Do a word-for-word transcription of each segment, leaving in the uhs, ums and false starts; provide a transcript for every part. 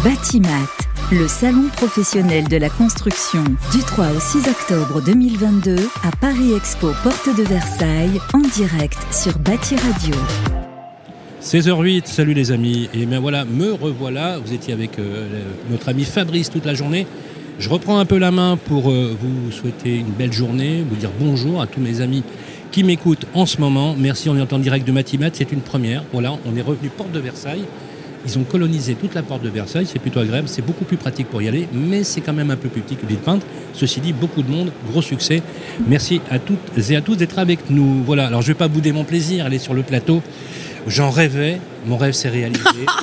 Batimat, le salon professionnel de la construction, du trois au six octobre deux mille vingt-deux à Paris Expo, porte de Versailles, en direct sur Bati Radio. seize heures huit, salut les amis, et bien voilà, me revoilà, vous étiez avec euh, notre ami Fabrice toute la journée. Je reprends un peu la main pour euh, vous souhaiter une belle journée, vous dire bonjour à tous mes amis qui m'écoutent en ce moment. Merci, on est en direct de Batimat, c'est une première. Voilà, on est revenu porte de Versailles. Ils ont colonisé toute la porte de Versailles, c'est plutôt agréable, c'est beaucoup plus pratique pour y aller, mais c'est quand même un peu plus petit que Villepinte. Ceci dit, beaucoup de monde, gros succès. Merci à toutes et à tous d'être avec nous. Voilà, alors je ne vais pas bouder mon plaisir, aller sur le plateau. J'en rêvais, mon rêve s'est réalisé.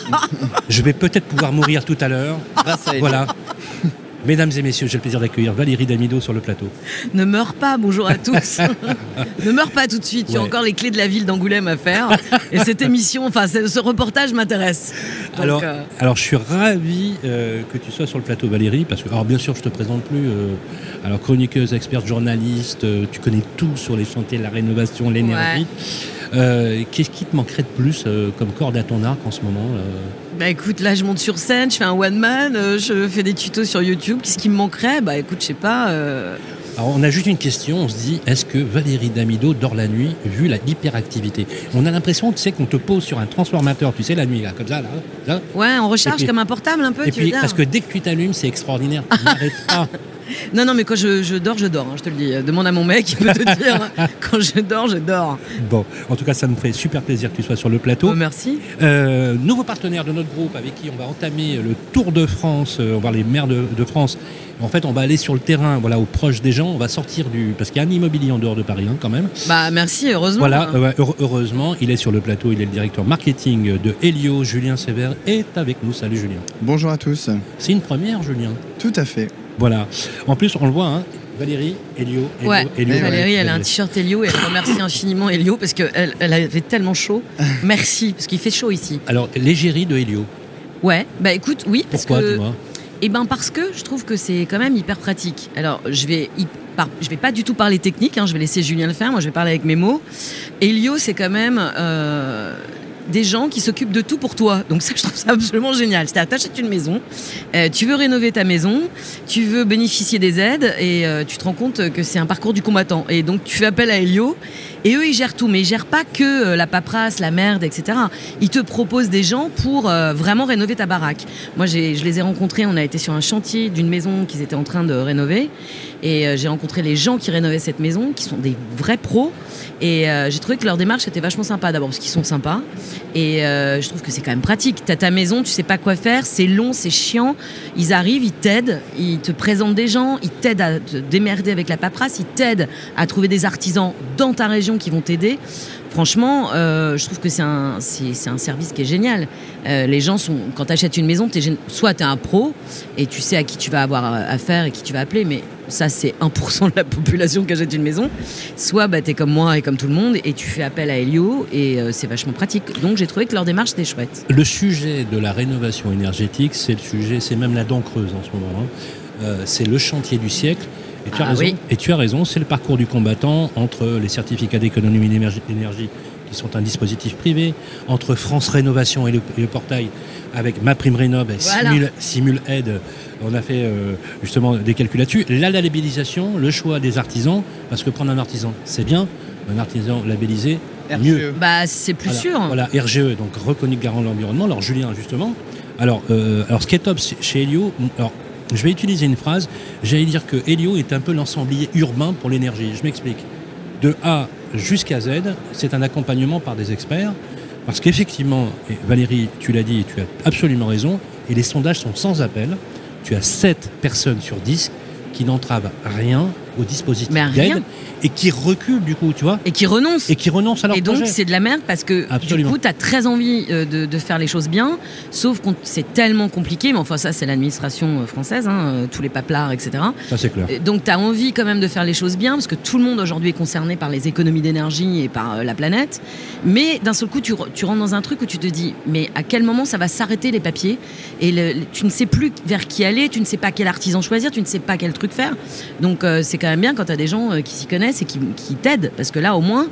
Je vais peut-être pouvoir mourir tout à l'heure. Voilà. Mesdames et messieurs, j'ai le plaisir d'accueillir Valérie Damido sur le plateau. Ne meurs pas, bonjour à tous. Ne meurs pas tout de suite, tu as Ouais. encore les clés de la ville d'Angoulême à faire. Et cette émission, enfin ce reportage m'intéresse. Donc, Alors, euh, alors, je suis ravi euh, que tu sois sur le plateau, Valérie, parce que, alors bien sûr, je te présente plus. Euh, alors, chroniqueuse, experte, journaliste, euh, tu connais tout sur les chantiers, la rénovation, l'énergie. Ouais. Euh, qu'est-ce qui te manquerait de plus euh, comme corde à ton arc en ce moment euh Bah écoute, là je monte sur scène, je fais un one man, euh, je fais des tutos sur YouTube. Qu'est-ce qui me manquerait ? Bah écoute, je sais pas. Euh... Alors, on a juste une question, on se dit, est-ce que Valérie Damido dort la nuit, vu la hyperactivité ? On a l'impression, tu sais, qu'on te pose sur un transformateur, tu sais, la nuit, là, comme ça, là. là. Ouais, on recharge Et puis- comme un portable un peu, Et tu puis, veux dire. parce que dès que tu t'allumes, c'est extraordinaire. Tu n'arrêtes pas. Non, non, mais quand je, je dors, je dors, hein, je te le dis. Demande à mon mec, il peut te dire. Quand je dors, je dors. Bon, en tout cas, ça me fait super plaisir que tu sois sur le plateau. Oh, merci. Euh, nouveau partenaire de notre groupe avec qui on va entamer le Tour de France, euh, on va voir les maires de, de France. En fait, on va aller sur le terrain, voilà, au proche des gens. On va sortir du... Parce qu'il y a un immobilier en dehors de Paris, hein, quand même. Bah merci, heureusement. Voilà, euh, heure- heureusement, il est sur le plateau. Il est le directeur marketing de Helio. Julien Sévère est avec nous. Salut Julien. Bonjour à tous. C'est une première, Julien. Tout à fait. Voilà. En plus, on le voit, hein, Valérie, Helio, Helio, Ouais, Helio. Valérie, elle a un Valérie. t-shirt Helio et elle remercie infiniment Helio parce qu'elle elle avait tellement chaud. Merci, parce qu'il fait chaud ici. Alors, l'égérie de Helio. Ouais, bah écoute, oui, parce Pourquoi, que. dis-moi ? Eh ben parce que je trouve que c'est quand même hyper pratique. Alors, je vais, y par- je vais pas du tout parler technique, hein, je vais laisser Julien le faire, moi je vais parler avec mes mots. Helio, c'est quand même euh, des gens qui s'occupent de tout pour toi. Donc ça, je trouve ça absolument génial. C'est-à-dire, t'achètes une maison, euh, tu veux rénover ta maison, tu veux bénéficier des aides et euh, tu te rends compte que c'est un parcours du combattant. Et donc, tu fais appel à Helio et eux, ils gèrent tout. Mais ils gèrent pas que euh, la paperasse, la merde, et cetera. Ils te proposent des gens pour euh, vraiment rénover ta baraque. Moi, j'ai, je les ai rencontrés, on a été sur un chantier d'une maison qu'ils étaient en train de rénover. Et euh, j'ai rencontré les gens qui rénovaient cette maison, qui sont des vrais pros. Et euh, j'ai trouvé que leur démarche était vachement sympa. D'abord parce qu'ils sont sympas. Et euh, je trouve que c'est quand même pratique. T'as ta maison, tu sais pas quoi faire, c'est long, c'est chiant. Ils arrivent, ils t'aident, ils te présentent des gens, ils t'aident à te démerder avec la paperasse, ils t'aident à trouver des artisans dans ta région qui vont t'aider. Franchement, euh, je trouve que c'est un, c'est, c'est un service qui est génial. Euh, les gens sont, quand tu achètes une maison, t'es gén- soit tu es un pro et tu sais à qui tu vas avoir affaire et qui tu vas appeler, mais ça c'est un pour cent de la population qui achète une maison. Soit bah, tu es comme moi et comme tout le monde et tu fais appel à Helio et euh, c'est vachement pratique. Donc j'ai trouvé que leur démarche était chouette. Le sujet de la rénovation énergétique, c'est le sujet, c'est même la dent creuse en ce moment. hein. Euh, c'est le chantier du siècle. Et tu as Ah raison. oui. Et tu as raison, c'est le parcours du combattant entre les certificats d'économie d'énergie, d'énergie qui sont un dispositif privé, entre France Rénovation et le, et le portail avec Ma Prime Rénov et Voilà. Simul, Simul Aide. On a fait euh, justement des calculs là-dessus. La labellisation, le choix des artisans, parce que prendre un artisan, c'est bien, un artisan labellisé, mieux. Bah c'est plus Voilà, sûr. Voilà, R G E, donc reconnu garant de l'environnement. Alors Julien, justement, alors, euh, alors ce qui est top chez Helio, alors je vais utiliser une phrase, j'allais dire que Helio est un peu l'ensemblier urbain pour l'énergie. Je m'explique. De A jusqu'à Z, c'est un accompagnement par des experts, parce qu'effectivement, et Valérie, tu l'as dit et tu as absolument raison, et les sondages sont sans appel, tu as sept personnes sur dix qui n'entravent rien au dispositif Mais rien. d'aide et qui reculent du coup, tu vois, Et qui renoncent. et qui renoncent à leur Et donc projet. c'est de la merde parce que Absolument. du coup tu as très envie euh, de, de faire les choses bien, sauf que c'est tellement compliqué, mais enfin ça c'est l'administration euh, française, hein, euh, tous les paplards, et cetera. Ça c'est clair. Et donc tu as envie quand même de faire les choses bien, parce que tout le monde aujourd'hui est concerné par les économies d'énergie et par euh, la planète, mais d'un seul coup tu, re- tu rentres dans un truc où tu te dis, mais à quel moment ça va s'arrêter les papiers, et le- le- tu ne sais plus vers qui aller, tu ne sais pas quel artisan choisir, tu ne sais pas quel truc faire, donc euh, c'est quand même bien quand tu as des gens euh, qui s'y connaissent et qui, qui t'aident, parce que là au moins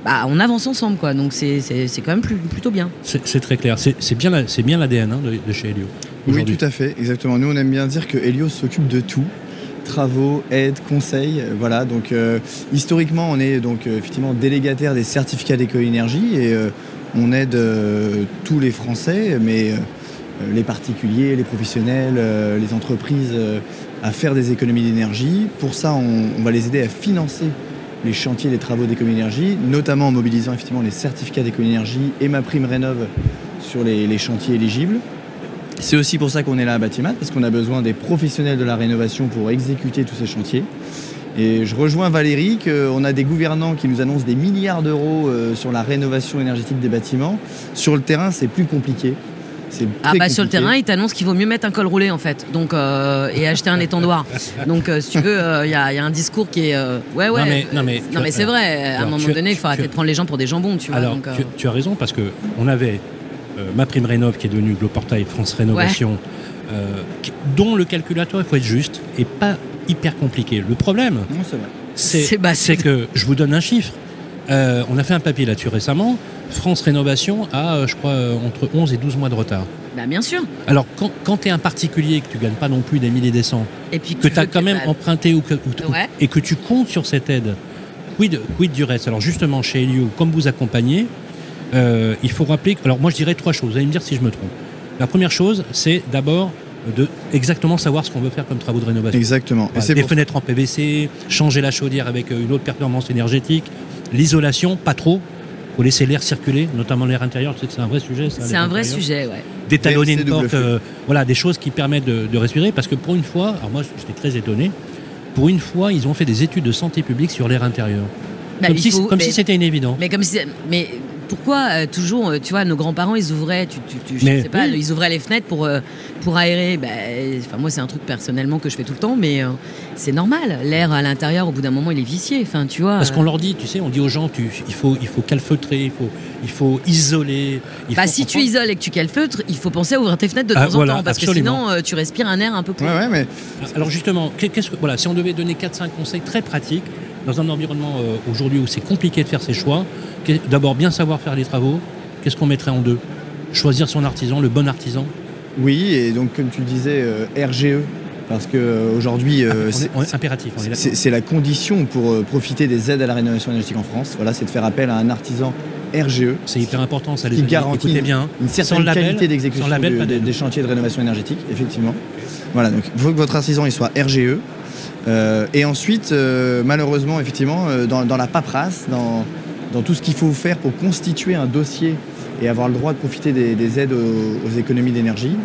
bah, on avance ensemble, quoi. Donc c'est, c'est, c'est quand même plus, plutôt bien. C'est, c'est très clair. C'est, c'est bien, la, c'est bien l'A D N hein, de, de chez Elio. Oui, tout à fait, exactement. Nous, on aime bien dire que Elio s'occupe de tout. Travaux, aides, conseils, euh, voilà. Donc, euh, historiquement, on est donc euh, effectivement délégataire des certificats d'éco-énergie et euh, on aide euh, tous les Français, mais euh, les particuliers, les professionnels, euh, les entreprises euh, à faire des économies d'énergie. Pour ça, on, on va les aider à financer les chantiers, les travaux d'éco-énergie, notamment en mobilisant effectivement les certificats d'éco-énergie et ma prime rénov sur les, les chantiers éligibles. C'est aussi pour ça qu'on est là à Batimat, parce qu'on a besoin des professionnels de la rénovation pour exécuter tous ces chantiers. Et je rejoins Valérie qu'on a des gouvernants qui nous annoncent des milliards d'euros sur la rénovation énergétique des bâtiments. Sur le terrain, c'est plus compliqué. C'est ah bah compliqué. Sur le terrain, ils t'annoncent qu'il vaut mieux mettre un col roulé en fait, donc euh, et acheter un étendoir. Donc euh, si tu veux, il euh, y, y a un discours qui est euh, ouais ouais. Non mais, non mais, non, mais c'est alors, vrai. À un moment as, donné, il faut arrêter as, de prendre les gens pour des jambons, tu vois. Alors donc, euh... tu, tu as raison parce que on avait euh, ma prime rénov qui est devenue Gloportail France Rénovation, ouais. euh, qui, dont le calculateur il faut être juste et pas hyper compliqué. Le problème, non, c'est, vrai. c'est, c'est, bah, c'est que je vous donne un chiffre. Euh, on a fait un papier là-dessus récemment. France Rénovation a, euh, je crois, euh, entre onze et douze mois de retard. Bah bien sûr. Alors, quand, quand tu es un particulier, que tu gagnes pas non plus des milliers et des cents, et puis que tu as quand que même t'as... emprunté ou que, ou, ouais. et que tu comptes sur cette aide, quid, quid du reste? Alors, justement, chez Elio, comme vous accompagnez, euh, il faut rappeler... Que, alors, moi, je dirais trois choses. Vous allez me dire si je me trompe. La première chose, c'est d'abord de exactement savoir ce qu'on veut faire comme travaux de rénovation. Exactement. Voilà, des fenêtres en P V C, changer la chaudière avec une autre performance énergétique, l'isolation, pas trop. Il faut laisser l'air circuler, notamment l'air intérieur, c'est un vrai sujet. Ça, c'est un vrai sujet, ouais. Détalonner une porte, euh, voilà, des choses qui permettent de, de respirer, parce que pour une fois, alors moi j'étais très étonné, pour une fois ils ont fait des études de santé publique sur l'air intérieur. Bah, comme si, faut, comme mais, si c'était une évidence. Mais, comme si, mais pourquoi euh, toujours, euh, tu vois, nos grands-parents ils ouvraient, tu, tu, tu, je mais, sais pas, oui. ils ouvraient les fenêtres pour, euh, pour aérer. Bah, enfin, moi c'est un truc personnellement que je fais tout le temps, mais euh, c'est normal. L'air à l'intérieur, au bout d'un moment, il est vicié. Enfin, tu vois. Parce qu'on leur dit, tu sais, on dit aux gens, tu, il faut, il faut calfeutrer, il faut, il faut isoler. Il bah, faut si comprendre. Tu isoles et que tu calfeutres, il faut penser à ouvrir tes fenêtres de ah, temps voilà, en temps, parce absolument. que sinon, euh, tu respires un air un peu plus. Ouais, ouais, mais... Alors justement, qu'est-ce que, voilà, si on devait donner quatre cinq conseils très pratiques dans un environnement euh, aujourd'hui où c'est compliqué de faire ses choix, d'abord bien savoir faire les travaux. Qu'est-ce qu'on mettrait en deux? Choisir son artisan, le bon artisan. Oui, et donc comme tu le disais, euh, R G E, parce qu'aujourd'hui, euh, ah, c'est, c'est impératif. On est c'est, c'est la condition pour euh, profiter des aides à la rénovation énergétique en France. Voilà, c'est de faire appel à un artisan R G E. C'est hyper important, ça les qui garantit écoutez bien. une certaine sans qualité label, d'exécution label, du, des, des chantiers de rénovation énergétique, effectivement. Voilà, donc il faut que votre artisan il soit R G E. Euh, et ensuite, euh, malheureusement, effectivement, euh, dans, dans la paperasse, dans, dans tout ce qu'il faut faire pour constituer un dossier et avoir le droit de profiter des, des aides aux, aux économies d'énergie,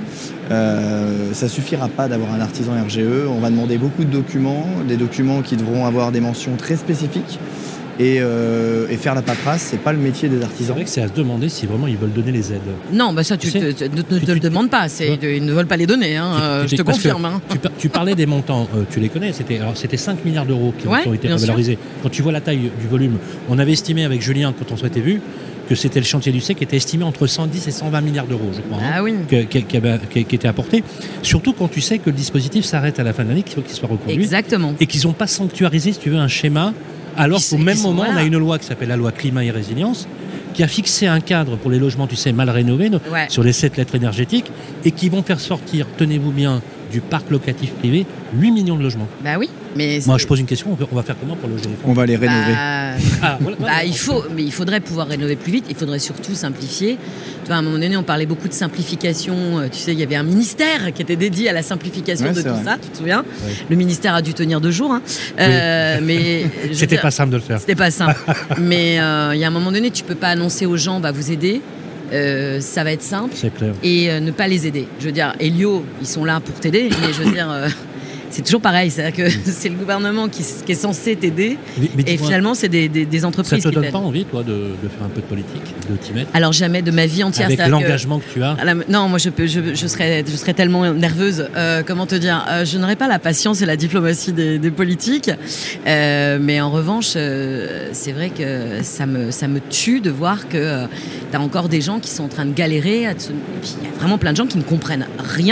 euh, ça ne suffira pas d'avoir un artisan R G E. On va demander beaucoup de documents, des documents qui devront avoir des mentions très spécifiques. Et, euh, et faire la paperasse, c'est pas le métier des artisans. C'est vrai que c'est à se demander si vraiment ils veulent donner les aides. Non, bah ça tu, tu, te, te, ne te, te le demandes pas, c'est, ouais. Ils ne veulent pas les donner, hein, tu, euh, je te confirme. Hein. Tu, tu parlais des montants, euh, tu les connais, c'était, alors, c'était cinq milliards d'euros qui, ouais, qui ont été revalorisés. Sûr. Quand tu vois la taille du volume, on avait estimé avec Julien, quand on s'était vu, que c'était le chantier du siècle qui était estimé entre cent dix et cent vingt milliards d'euros, je crois, ah hein, oui. que, qui, qui, qui, qui était apporté. Surtout quand tu sais que le dispositif s'arrête à la fin de l'année, qu'il faut qu'il soit reconduit. Exactement. Et qu'ils n'ont pas sanctuarisé, si tu veux, un schéma. Alors qu'au même moment, voilà. on a une loi qui s'appelle la loi climat et résilience, qui a fixé un cadre pour les logements, tu sais, mal rénovés, ouais. sur les sept lettres énergétiques, et qui vont faire sortir, tenez-vous bien, du parc locatif privé, huit millions de logements. Bah oui, mais... Moi, je pose une question, on va faire comment pour loger les Français ? On va les rénover. Bah, ah, voilà, bah, il faut, mais il faudrait pouvoir rénover plus vite, il faudrait surtout simplifier. Tu vois, à un moment donné, on parlait beaucoup de simplification. Tu sais, il y avait un ministère qui était dédié à la simplification ouais, de tout vrai. ça, tu te souviens ? ouais. Le ministère a dû tenir deux jours. Hein. Euh, oui. mais C'était dire, pas simple de le faire. C'était pas simple. mais il euh, y a un moment donné, tu peux pas annoncer aux gens, on va vous aider. Euh, ça va être simple. C'est clair. Et euh, ne pas les aider. Je veux dire, Elio, ils sont là pour t'aider, mais je veux dire, euh, c'est toujours pareil. C'est-à-dire que c'est le gouvernement qui, qui est censé t'aider, mais, mais et finalement, c'est des, des, des entreprises. Ça te qui donne pas envie, toi, de, de faire un peu de politique, de t'y mettre ? Alors jamais de ma vie entière. Avec l'engagement que, que tu as. La, non, moi, je peux, je, je serais, je serais tellement nerveuse. Euh, comment te dire ? euh, Je n'aurais pas la patience et la diplomatie des, des politiques. Euh, mais en revanche, euh, c'est vrai que ça me, ça me tue de voir que euh, tu as encore des gens qui sont en train de galérer. À te... Et puis il y a vraiment plein de gens qui ne comprennent rien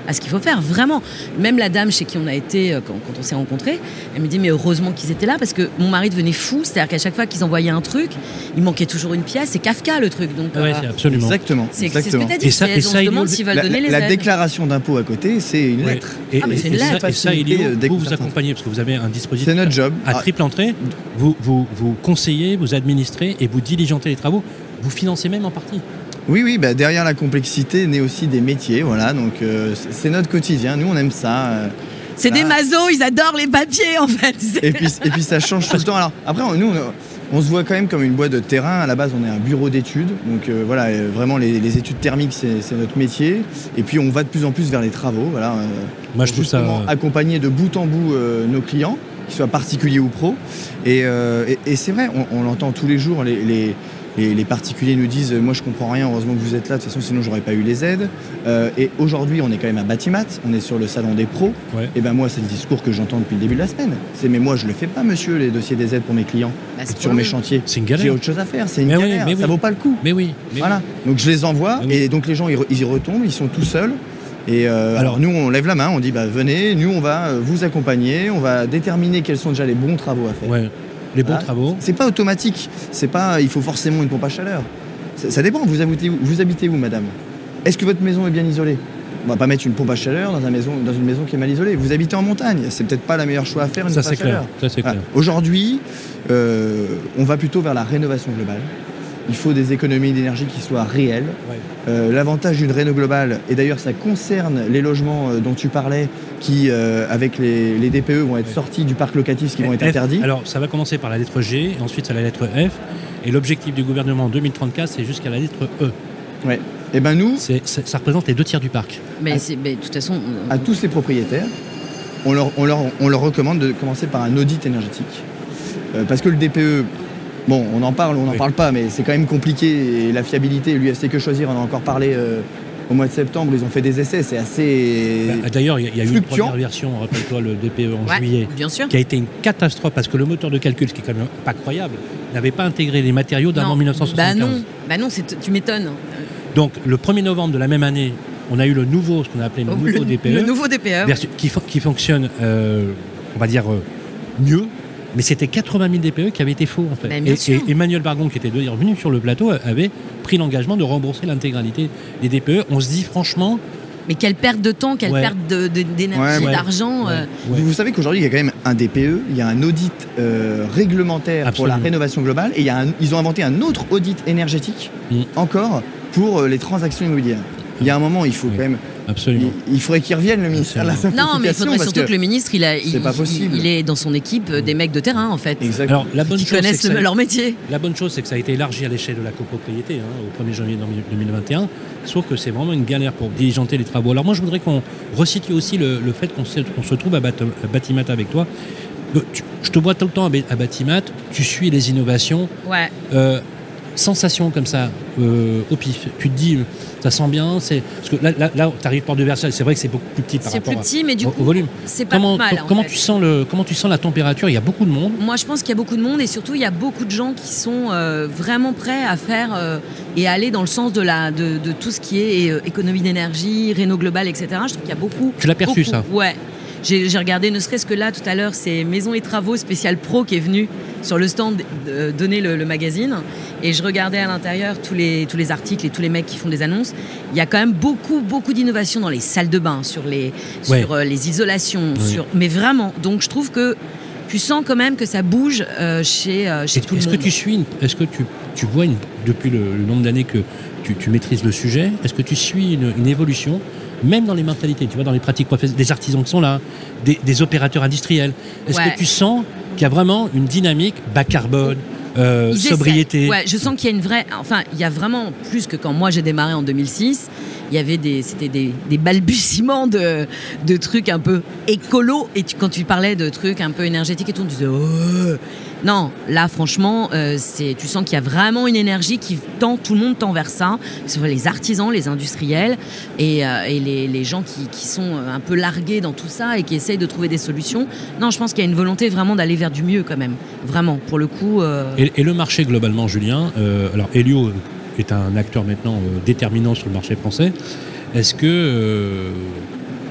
à ce qu'il faut faire, vraiment. Même la dame chez qui on a été quand, quand on s'est rencontrés, elle me dit mais heureusement qu'ils étaient là parce que mon mari devenait fou, c'est-à-dire qu'à chaque fois qu'ils envoyaient un truc, il manquait toujours une pièce. C'est Kafka le truc, donc. Ah ouais, euh, c'est absolument. Exactement. C'est, exactement. c'est ce que t'as dit. Et ça- c'est, et ça, on se il demande y a- s'ils veulent La, donner les la aides. déclaration d'impôt à côté, c'est une Ouais. lettre. Et, Ah, mais c'est et- une et ça, lettre. et ça, Elio, Facilité, euh, vous vous déconcertante. accompagnez parce que vous avez un dispositif C'est notre job. à Ah, triple entrée. Vous, vous, vous conseillez, vous administrez et vous diligentez les travaux. Vous financez même en partie. Oui, oui, bah, derrière la complexité naît aussi des métiers, voilà, donc euh, c'est- c'est notre quotidien, nous on aime ça. euh, C'est des Ah. mazos, ils adorent les papiers en fait. C'est- et, puis, et puis ça change tout le temps. Alors après, on- nous on, on se voit quand même comme une boîte de terrain, à la base on est un bureau d'études, donc euh, voilà, euh, vraiment les, les études thermiques c'est c'est notre métier, et puis on va de plus en plus vers les travaux, voilà. euh, Moi, je pour trouve ça. justement accompagner de bout en bout euh, nos clients, qu'ils soient particuliers ou pros. Et, euh, et, et c'est vrai, on, on l'entend tous les jours, les, les, les- les particuliers nous disent « moi je comprends rien, heureusement que vous êtes là, de toute façon sinon j'aurais pas eu les aides ». Euh, et aujourd'hui on est quand même à Batimat, on est sur le salon des pros. Ouais. Et ben moi c'est le discours que j'entends depuis le début de la semaine. C'est « mais moi je le fais pas monsieur, les dossiers des aides pour mes clients, Bah, c'est sur pour mes eux. chantiers. C'est une J'ai galère. autre chose à faire, c'est une Mais oui, galère, mais ça oui. vaut pas le coup ». Mais oui. Mais Voilà, donc je les envoie Oui. et donc les gens ils, re- ils y retombent, ils sont tout seuls. Et euh, alors, Alors- nous on lève la main, on dit bah venez, nous on va euh, vous accompagner, on va déterminer quels sont déjà les bons travaux à faire. oui. Ouais. Les bons Voilà. travaux. C'est pas automatique, c'est pas il faut forcément une pompe à chaleur. Ça, ça dépend, vous habitez où, vous habitez où madame? Est-ce que votre maison est bien isolée? On va pas mettre une pompe à chaleur dans, un maison, dans une maison qui est mal isolée. Vous habitez en montagne, c'est peut-être pas la meilleure choix à faire une Ça pompe c'est à chaleur. clair. Ça c'est Voilà. clair. Aujourd'hui, euh, on va plutôt vers la rénovation globale. Il faut des économies d'énergie qui soient réelles. Ouais. Euh, L'avantage d'une réno globale, et d'ailleurs ça concerne les logements euh, dont tu parlais, qui euh, avec les, les D P E vont être Ouais. sortis du parc locatif, qui vont être F, interdits. Alors, ça va commencer par la lettre G, et ensuite c'est la lettre F. Et l'objectif du gouvernement en deux mille trente-quatre, c'est jusqu'à la lettre E. Ouais. Et ben nous, C'est, c'est- ça représente les deux tiers du parc. Mais, À- c'est, mais de toute façon, on- à tous ces propriétaires, on leur, on leur, on leur recommande de commencer par un audit énergétique. Euh, parce que le D P E, bon, on en parle, on n'en Oui. parle pas, mais c'est quand même compliqué. Et la fiabilité, l'U F C Que Choisir, on en a encore parlé euh, au mois de septembre, ils ont fait des essais, c'est assez... Bah, D'ailleurs, il y a, il y a eu une fluctuant. première version, rappelle-toi, le D P E en ouais, juillet, bien sûr. qui a été une catastrophe parce que le moteur de calcul, ce qui est quand même pas croyable, n'avait pas intégré les matériaux d'avant Non. mille neuf cent soixante-quinze. Bah non, bah non, c'est, tu m'étonnes. Donc, le premier novembre de la même année, on a eu le nouveau, ce qu'on a appelé le nouveau le, D P E, le nouveau D P E. versu- qui, fon- qui fonctionne, euh, on va dire, euh, mieux. Mais c'était quatre-vingt mille D P E qui avaient été faux, en fait. Ben, bien et, sûr. et Emmanuel Bargon, qui était d'ailleurs venu sur le plateau, avait pris l'engagement de rembourser l'intégralité des D P E. On se dit, franchement, Mais quelle perte de temps, quelle Ouais. perte de, de- d'énergie, Ouais, ouais. d'argent. ouais, euh, ouais. Vous savez qu'aujourd'hui, il y a quand même un D P E, il y a un audit euh, réglementaire Absolument. pour la rénovation globale, et il y a un- ils ont inventé un autre audit énergétique, Mm. encore, pour euh, les transactions immobilières. Il y a un moment, il faut Oui. quand même... Absolument. Il, il faudrait qu'il revienne, le ministère de la Simplification. Non, mais il faudrait parce surtout que... le ministre, il, a, il, c'est pas il- possible. il est dans son équipe euh, des mecs de terrain, en fait, Exactement. Alors, la bonne qui chose, c'est connaissent que le- ça- leur métier. La bonne chose, c'est que ça a été élargi à l'échelle de la copropriété hein, au premier janvier deux mille vingt et un, sauf que c'est vraiment une galère pour diligenter les travaux. Alors moi, je voudrais qu'on resitue aussi le, le fait qu'on se, qu'on se trouve à, Bat- à Batimat avec toi. Euh, tu- je te vois tout le temps à, Ba- à Batimat, tu suis les innovations, Ouais. euh, sensations comme ça, euh, au pif. Tu te dis, euh, ça sent bien, c'est... Parce que là, là, là tu arrives Porte de Versailles, c'est vrai que c'est beaucoup plus petit par C'est rapport plus petit, mais du à- au, coup, au volume. c'est pas Comment, mal. co- en comment, fait. tu sens le, comment tu sens la température? Il y a beaucoup de monde. Moi, je pense qu'il y a beaucoup de monde et surtout, il y a beaucoup de gens qui sont euh, vraiment prêts à faire euh, et à aller dans le sens de, la, de, de tout ce qui est euh, économie d'énergie, réno global, et cetera. Je trouve qu'il y a beaucoup. Tu l'as perçu, beaucoup. ça? Ouais. J'ai j'ai regardé, ne serait-ce que là, tout à l'heure, c'est Maison et Travaux spécial pro qui est venu sur le stand euh, donner le, le magazine. Et je regardais à l'intérieur tous les, tous les articles et tous les mecs qui font des annonces. Il y a quand même beaucoup, beaucoup d'innovations dans les salles de bain, sur les, Ouais. sur, euh, les isolations. Oui. Sur... Mais vraiment, donc je trouve que tu sens quand même que ça bouge euh, chez, euh, chez Est- tout le Est-ce monde. que tu suis, une- est-ce que tu, tu vois une- depuis le, le nombre d'années que tu, tu maîtrises le sujet, est-ce que tu suis une, une évolution, même dans les mentalités, tu vois, dans les pratiques professionnelles, des artisans qui sont là, des, des opérateurs industriels. Est-ce Ouais. que tu sens qu'il y a vraiment une dynamique bas carbone, euh, Ils sobriété? essaient. Ouais, je sens qu'il y a une vraie. Enfin, il y a vraiment plus que quand moi j'ai démarré en deux mille six. Il y avait des, c'était des, des balbutiements de, de trucs un peu écolo. Et tu- quand tu parlais de trucs un peu énergétiques et tout, on disait oh. Non, là franchement, euh, c'est, tu sens qu'il y a vraiment une énergie qui tend, tout le monde tend vers ça. Que ce soit les artisans, les industriels et, euh, et les, les gens qui, qui sont un peu largués dans tout ça et qui essayent de trouver des solutions. Non, je pense qu'il y a une volonté vraiment d'aller vers du mieux quand même. Vraiment, pour le coup. euh, Et, et le marché globalement, Julien, euh, alors Elio est un acteur maintenant euh, déterminant sur le marché français. Est-ce que, euh,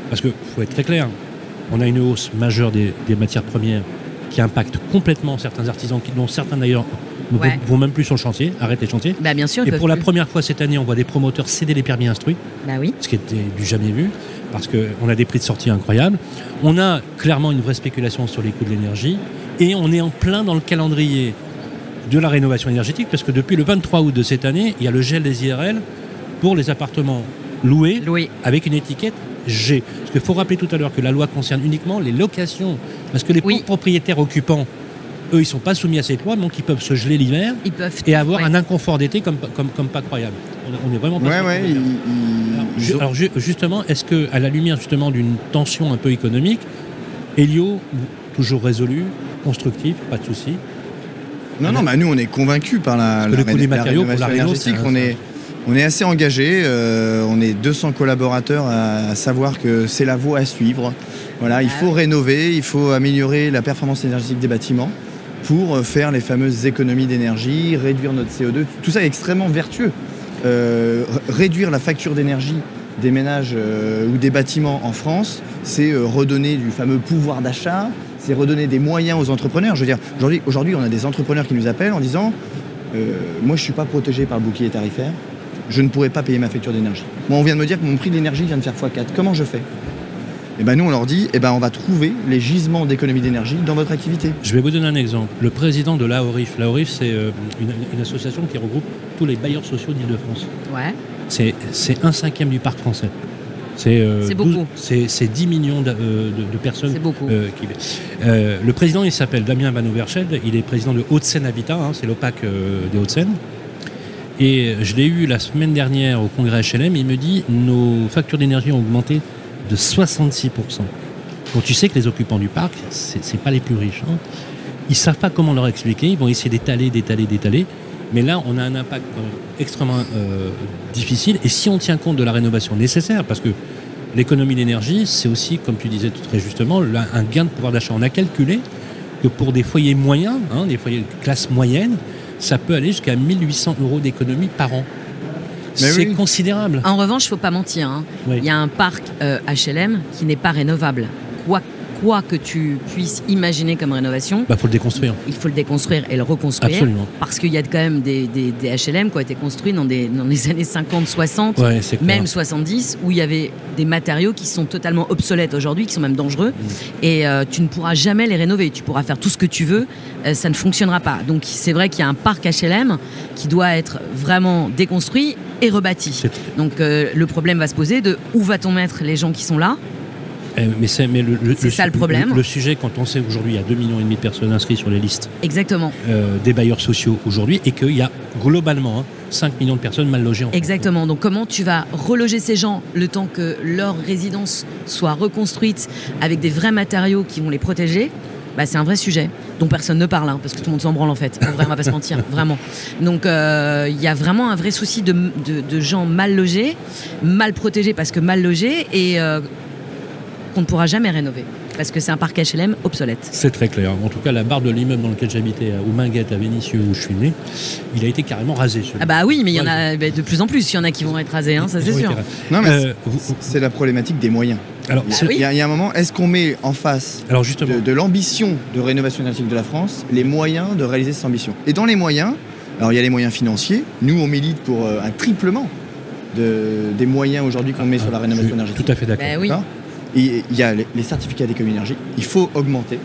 Parce qu'il faut être très clair, on a une hausse majeure des, des matières premières qui impacte complètement certains artisans, qui, dont certains d'ailleurs ne Ouais. vont même plus sur le chantier, arrêtent les chantiers. Bah bien sûr. ils Et peuvent pour la plus. première fois cette année, on voit des promoteurs céder les permis instruits, Bah oui. ce qui était du jamais vu, parce qu'on a des prix de sortie incroyables. On a clairement une vraie spéculation sur les coûts de l'énergie, et on est en plein dans le calendrier de la rénovation énergétique, parce que depuis le vingt-trois août de cette année, il y a le gel des I R L pour les appartements loués Louis. avec une étiquette G. Parce qu'il faut rappeler tout à l'heure que la loi concerne uniquement les locations, parce que les Oui. propriétaires occupants, eux, ils ne sont pas soumis à cette loi, donc ils peuvent se geler l'hiver Ils peuvent. et avoir ouais. un inconfort d'été comme, comme, comme pas croyable. On, on est vraiment pas Ouais, sûr ouais. qu'on est ils- bien. ils- Alors, ils ju- ont- alors, ju- justement, est-ce que, à la lumière justement d'une tension un peu économique, Elio, toujours résolu, constructif, pas de souci. Non, non, bah nous on est convaincus par la, que la, le coût ré- des la matériaux pour rénovation la réno, énergétique. c'est un- On est, on est assez engagés, euh, on est deux cents collaborateurs à, à savoir que c'est la voie à suivre. Voilà, il Ah faut oui. rénover, il faut améliorer la performance énergétique des bâtiments pour faire les fameuses économies d'énergie, réduire notre C O deux. Tout ça est extrêmement vertueux. Euh, r- réduire la facture d'énergie des ménages euh, ou des bâtiments en France, c'est euh, redonner du fameux pouvoir d'achat, c'est redonner des moyens aux entrepreneurs. Je veux dire, aujourd'hui, aujourd'hui, on a des entrepreneurs qui nous appellent en disant euh, moi, je ne suis pas protégé par le bouclier tarifaire, je ne pourrais pas payer ma facture d'énergie. Moi, on vient de me dire que mon prix de l'énergie vient de faire fois quatre. Comment je fais ? Et ben nous, on leur dit eh ben, on va trouver les gisements d'économie d'énergie dans votre activité. Je vais vous donner un exemple. Le président de l'Aorif, l'Aorif, c'est euh, une, une association qui regroupe tous les bailleurs sociaux d'Île-de-France. Ouais. C'est, c'est un cinquième du parc français. C'est, euh, C'est beaucoup. douze c'est, c'est dix millions de, euh, de- de personnes. C'est beaucoup. euh, qui- Euh, le président, il s'appelle Damien Van Overschelde. Il est président de Hauts-de-Seine Habitat, hein, c'est l'O P A C euh, des Hauts-de-Seine. Et je l'ai eu la semaine dernière au congrès H L M. Il me dit nos factures d'énergie ont augmenté de soixante-six pour cent. Donc tu sais que les occupants du parc, c'est, c'est pas les plus riches. Hein. Ils savent pas comment leur expliquer. Ils vont essayer d'étaler, d'étaler, d'étaler. Mais là, on a un impact quand même extrêmement euh, difficile. Et si on tient compte de la rénovation nécessaire, parce que l'économie d'énergie, c'est aussi, comme tu disais très justement, là, un gain de pouvoir d'achat. On a calculé que pour des foyers moyens, hein, des foyers de classe moyenne, ça peut aller jusqu'à mille huit cents euros d'économie par an. Mais C'est oui. considérable. En revanche, il ne faut pas mentir. hein. Oui. Il y a un parc euh, H L M qui n'est pas rénovable. Quoi, quoi que tu puisses imaginer comme rénovation, Bah, faut le déconstruire. il faut le déconstruire et le reconstruire. Absolument. Parce qu'il y a quand même des, des, des H L M qui ont été construits dans, des, dans les années cinquante, soixante, Ouais, c'est clair. même soixante-dix, où il y avait des matériaux qui sont totalement obsolètes aujourd'hui, qui sont même dangereux. Et euh, tu ne pourras jamais les rénover. Tu pourras faire tout ce que tu veux, euh, ça ne fonctionnera pas. Donc c'est vrai qu'il y a un parc H L M qui doit être vraiment déconstruit et rebâti. C'est- Donc euh, le problème va se poser de où va-t-on mettre les gens qui sont là ? Eh, Mais c'est, mais le, le- C'est ça le problème. Le, le sujet, quand on sait qu'aujourd'hui, il y a deux millions et demi de personnes inscrites sur les listes Exactement. euh, des bailleurs sociaux aujourd'hui, et qu'il y a globalement hein, cinq millions de personnes mal logées en France. Exactement. Donc comment tu vas reloger ces gens le temps que leur résidence soit reconstruite avec des vrais matériaux qui vont les protéger ? Bah, c'est un vrai sujet dont personne ne parle, hein, parce que tout le monde s'en branle en fait. En vrai, on va pas se mentir, vraiment. Donc euh, il y a vraiment un vrai souci de, de- de gens mal logés, mal protégés parce que mal logés et euh, qu'on ne pourra jamais rénover. Parce que c'est un parc H L M obsolète. C'est très clair. En tout cas, la barre de l'immeuble dans lequel j'habitais, à Ouminguette, à Vénissieux, où je suis né, il a été carrément rasé. celui-là. Ah bah oui, mais il y en Ouais. a bah, de plus en plus. Il y en a qui vont être rasés, hein, ça c'est Ils ont sûr. été rasés. Non, mais Euh, vous- c'est- c'est la problématique des moyens. alors, Il y a- c'est- oui. il y a- il y a un moment, est-ce qu'on met en face alors justement, de, de l'ambition de rénovation énergétique de la France, les moyens de réaliser cette ambition. Et dans les moyens, alors il y a les moyens financiers. Nous, on milite pour euh, un triplement de, des moyens aujourd'hui qu'on met sur la je rénovation suis énergétique. tout à fait d'accord. Bah oui. D'accord. Et il y a les, les certificats d'économie d'énergie. Il faut augmenter.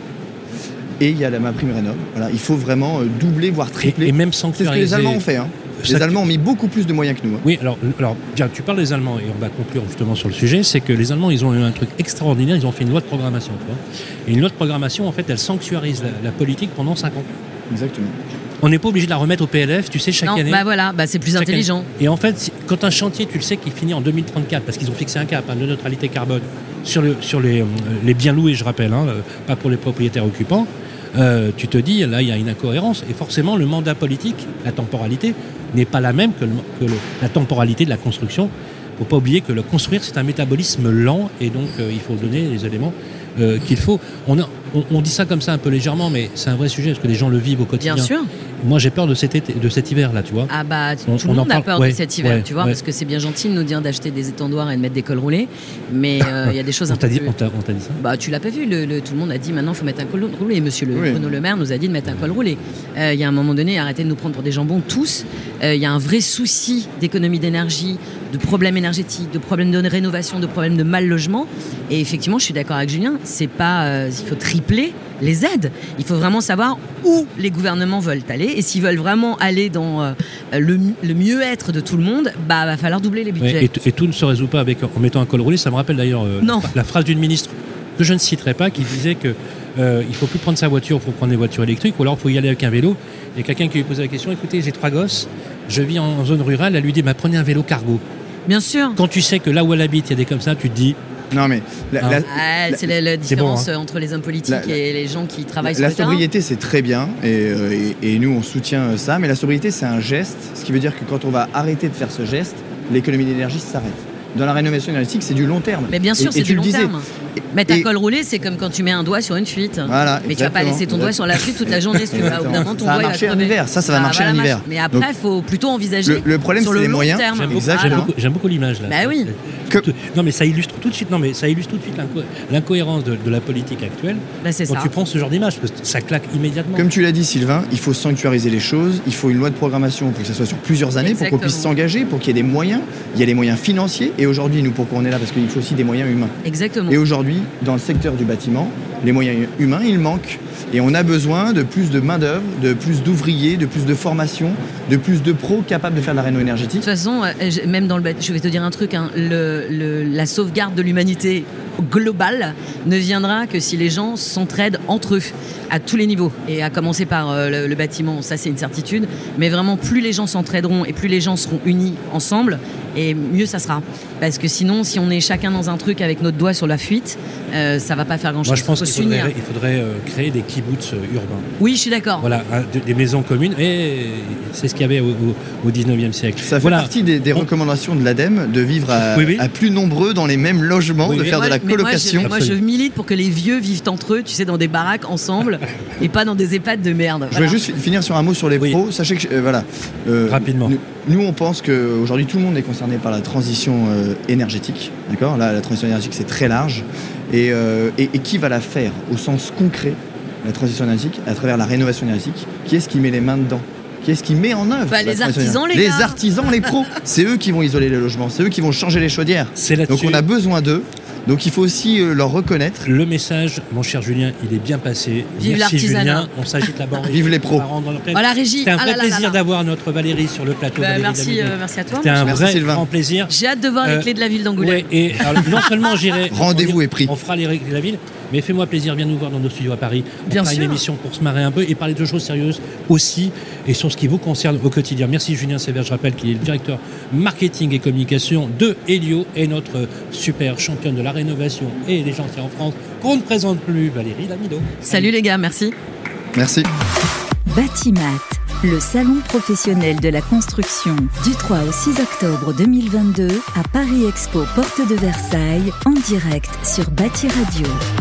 Et il y a la ma prime rénov. Voilà, il faut vraiment euh, doubler, voire Et, tripler. et même C'est ce que sanctuariser. les Allemands ont fait. hein. Les Chaque- Allemands ont mis beaucoup plus de moyens que nous. hein. Oui, alors, alors bien, tu parles des Allemands et on va conclure justement sur le sujet, c'est que les Allemands, ils ont eu un truc extraordinaire, ils ont fait une loi de programmation. Tu vois. Et une loi de programmation, en fait, elle sanctuarise la, la politique pendant cinq ans. Exactement. On n'est pas obligé de la remettre au P L F, tu sais, chaque Non, année. bah voilà, bah c'est plus Chaque intelligent. Et en fait, si- quand un chantier, tu le sais qu'il finit en deux mille trente-quatre, parce qu'ils ont fixé un cap hein, de neutralité carbone sur, le, sur les, euh, les biens loués, je rappelle, hein, euh, pas pour les propriétaires occupants, euh, tu te dis, là, il y a une incohérence. Et forcément, le mandat politique, la temporalité, n'est pas la même que, le- que le- la temporalité de la construction. Il ne faut pas oublier que le construire, c'est un métabolisme lent, et donc euh, il faut donner les éléments euh, qu'il faut. On, a- on, on dit ça comme ça un peu légèrement, mais c'est un vrai sujet, parce que les gens le vivent au quotidien. Bien sûr. moi j'ai peur de cet, été, de cet hiver là, tu vois. Ah bah on, tout le monde a parle, peur ouais, de cet hiver, ouais, tu vois, ouais. parce que c'est bien gentil de nous dire d'acheter des étendoirs et de mettre des cols roulés, mais il euh, y a des choses on un t'a peu dit, plus... on t'a, on t'a dit ça. Bah tu l'as pas vu, le, le, tout le monde a dit maintenant il faut mettre un col roulé. Monsieur le, oui. Bruno Le Maire nous a dit de mettre un col roulé. Il euh, y a un moment donné, arrêtez de nous prendre pour des jambons tous. Il euh, y a un vrai souci d'économie d'énergie, de problèmes énergétiques, de problèmes de rénovation, de problèmes de mal logement. Et effectivement, je suis d'accord avec Julien, c'est pas, euh, il faut tripler les aides. Il faut vraiment savoir où les gouvernements veulent aller. Et s'ils veulent vraiment aller dans euh, le, le mieux-être de tout le monde, bah va falloir doubler les budgets. Ouais, et, t- et tout ne se résout pas avec, en mettant un col roulé. Ça me rappelle d'ailleurs euh, la, la phrase d'une ministre que je ne citerai pas, qui disait que euh, il faut plus prendre sa voiture pour prendre des voitures électriques, ou alors il faut y aller avec un vélo. Et quelqu'un qui lui posait la question, écoutez, j'ai trois gosses, je vis en zone rurale, elle lui dit, bah, prenez un vélo cargo. Bien sûr. Quand tu sais que là où elle habite, il y a des comme ça, tu te dis... Non mais la, Ah. la, Ah, c'est la, la différence bon, hein. entre les hommes politiques La- la- et les gens qui travaillent la sur le sobriété c'est très bien et, euh, et, et nous on soutient ça, mais la sobriété c'est un geste, ce qui veut dire que quand on va arrêter de faire ce geste, l'économie d'énergie s'arrête. Dans la rénovation énergétique, c'est du long terme. Mais bien sûr, Et- c'est et du tu le long disais. terme. Mettre un Et- col roulé, c'est comme quand tu mets un doigt sur une fuite. Voilà, Mais tu vas pas exactement. laisser ton doigt sur la fuite toute la journée, si tu vas. Au bout d'un moment, ton Ça va doigt il va marcher en crever. hiver, ça, ça va marcher en voilà, hiver. marche. Mais après, il faut plutôt envisager Le- le problème, sur c'est le les long moyens. terme. J'aime beaucoup, Exactement. j'aime beaucoup, j'aime beaucoup l'image là. Bah oui. Que- Non mais ça illustre tout de suite, non mais ça illustre tout de suite l'inco- l'incohérence de, de la politique actuelle. Bah, c'est Quand ça. tu prends ce genre d'image, parce que ça claque immédiatement. Comme tu l'as dit Sylvain, il faut sanctuariser les choses, il faut une loi de programmation pour que ça soit sur plusieurs années, pour qu'on puisse Exactement. s'engager, pour qu'il y ait des moyens. Il y a les moyens financiers et aujourd'hui, nous, pourquoi on est là, parce qu'il faut aussi des moyens humains. Exactement. Et aujourd'hui, dans le secteur du bâtiment, les moyens humains, il manque. Et on a besoin de plus de main-d'œuvre, de plus d'ouvriers, de plus de formation, de plus de pros capables de faire de la réno De énergétique. toute façon, euh, je- même dans le bâti- je vais te dire un truc, hein, le, le- la sauvegarde de l'humanité globale ne viendra que si les gens s'entraident entre eux à tous les niveaux, et à commencer par euh, le, le bâtiment, ça c'est une certitude, mais vraiment plus les gens s'entraideront et plus les gens seront unis ensemble, et mieux ça sera. Parce que sinon, si on est chacun dans un truc avec notre doigt sur la fuite, euh, ça va pas faire grand chose. Moi je pense Faut qu'il s'unir. faudrait, il faudrait euh, créer des kibbutz euh, urbains. Oui, je suis d'accord. Voilà, hein, de- des maisons communes, et c'est ce qu'il y avait au, au, au dix-neuvième siècle. Ça fait voilà. partie des, des On- recommandations de l'ADEME de vivre à, Oui, oui. à plus nombreux dans les mêmes logements, Oui, de oui. faire Moi, de la mais moi, je- colocation. Moi, je, milite pour que les vieux vivent entre eux, tu sais, dans des baraques ensemble, et pas dans des EHPAD de merde. Je Voilà. vais juste fi- finir sur un mot sur les Oui. pros. Sachez que, euh, voilà. euh, Rapidement. Nous, nous, on pense qu'aujourd'hui, tout le monde est concerné par la transition euh, énergétique. D'accord ? Là, la transition énergétique, c'est très large. Et, euh, et, et qui va la faire au sens concret, la transition énergétique, à travers la rénovation énergétique ? Qui est-ce qui met les mains dedans ? Qui est-ce qui met en œuvre Bah, la les transition artisans, les énergétique ? gars. artisans, les pros. C'est eux qui vont isoler les logements. C'est eux qui vont changer les chaudières. C'est là-dessus. Donc, on a besoin d'eux. Donc, il faut aussi euh, leur reconnaître. Le message, mon cher Julien, il est bien passé. Vive Merci l'artisanat. Julien, on s'agite la barre. Vive les pros. Voilà, Régie. C'était un Ah vrai là là là plaisir là. d'avoir notre Valérie sur le plateau. Bah, Valérie merci, Damido. euh, merci à toi. C'était un Merci, vrai Sylvain. grand plaisir. J'ai hâte de voir les Euh, clés de la ville d'Angoulême. Ouais, et alors, non seulement j'irai. Rendez-vous est pris. On fera les règles de la ville, mais fais-moi plaisir, viens nous voir dans nos studios à Paris. On Bien fera sûr. une émission pour se marrer un peu et parler de choses sérieuses aussi et sur ce qui vous concerne au quotidien. Merci Julien Sévère, je rappelle qu'il est le directeur marketing et communication de Helio et notre super championne de la rénovation et des chantiers en France qu'on ne présente plus, Valérie Damido. Salut les gars, merci. Merci. Batimat, le salon professionnel de la construction, du trois au six octobre deux mille vingt-deux à Paris Expo Porte de Versailles, en direct sur Bâti Radio.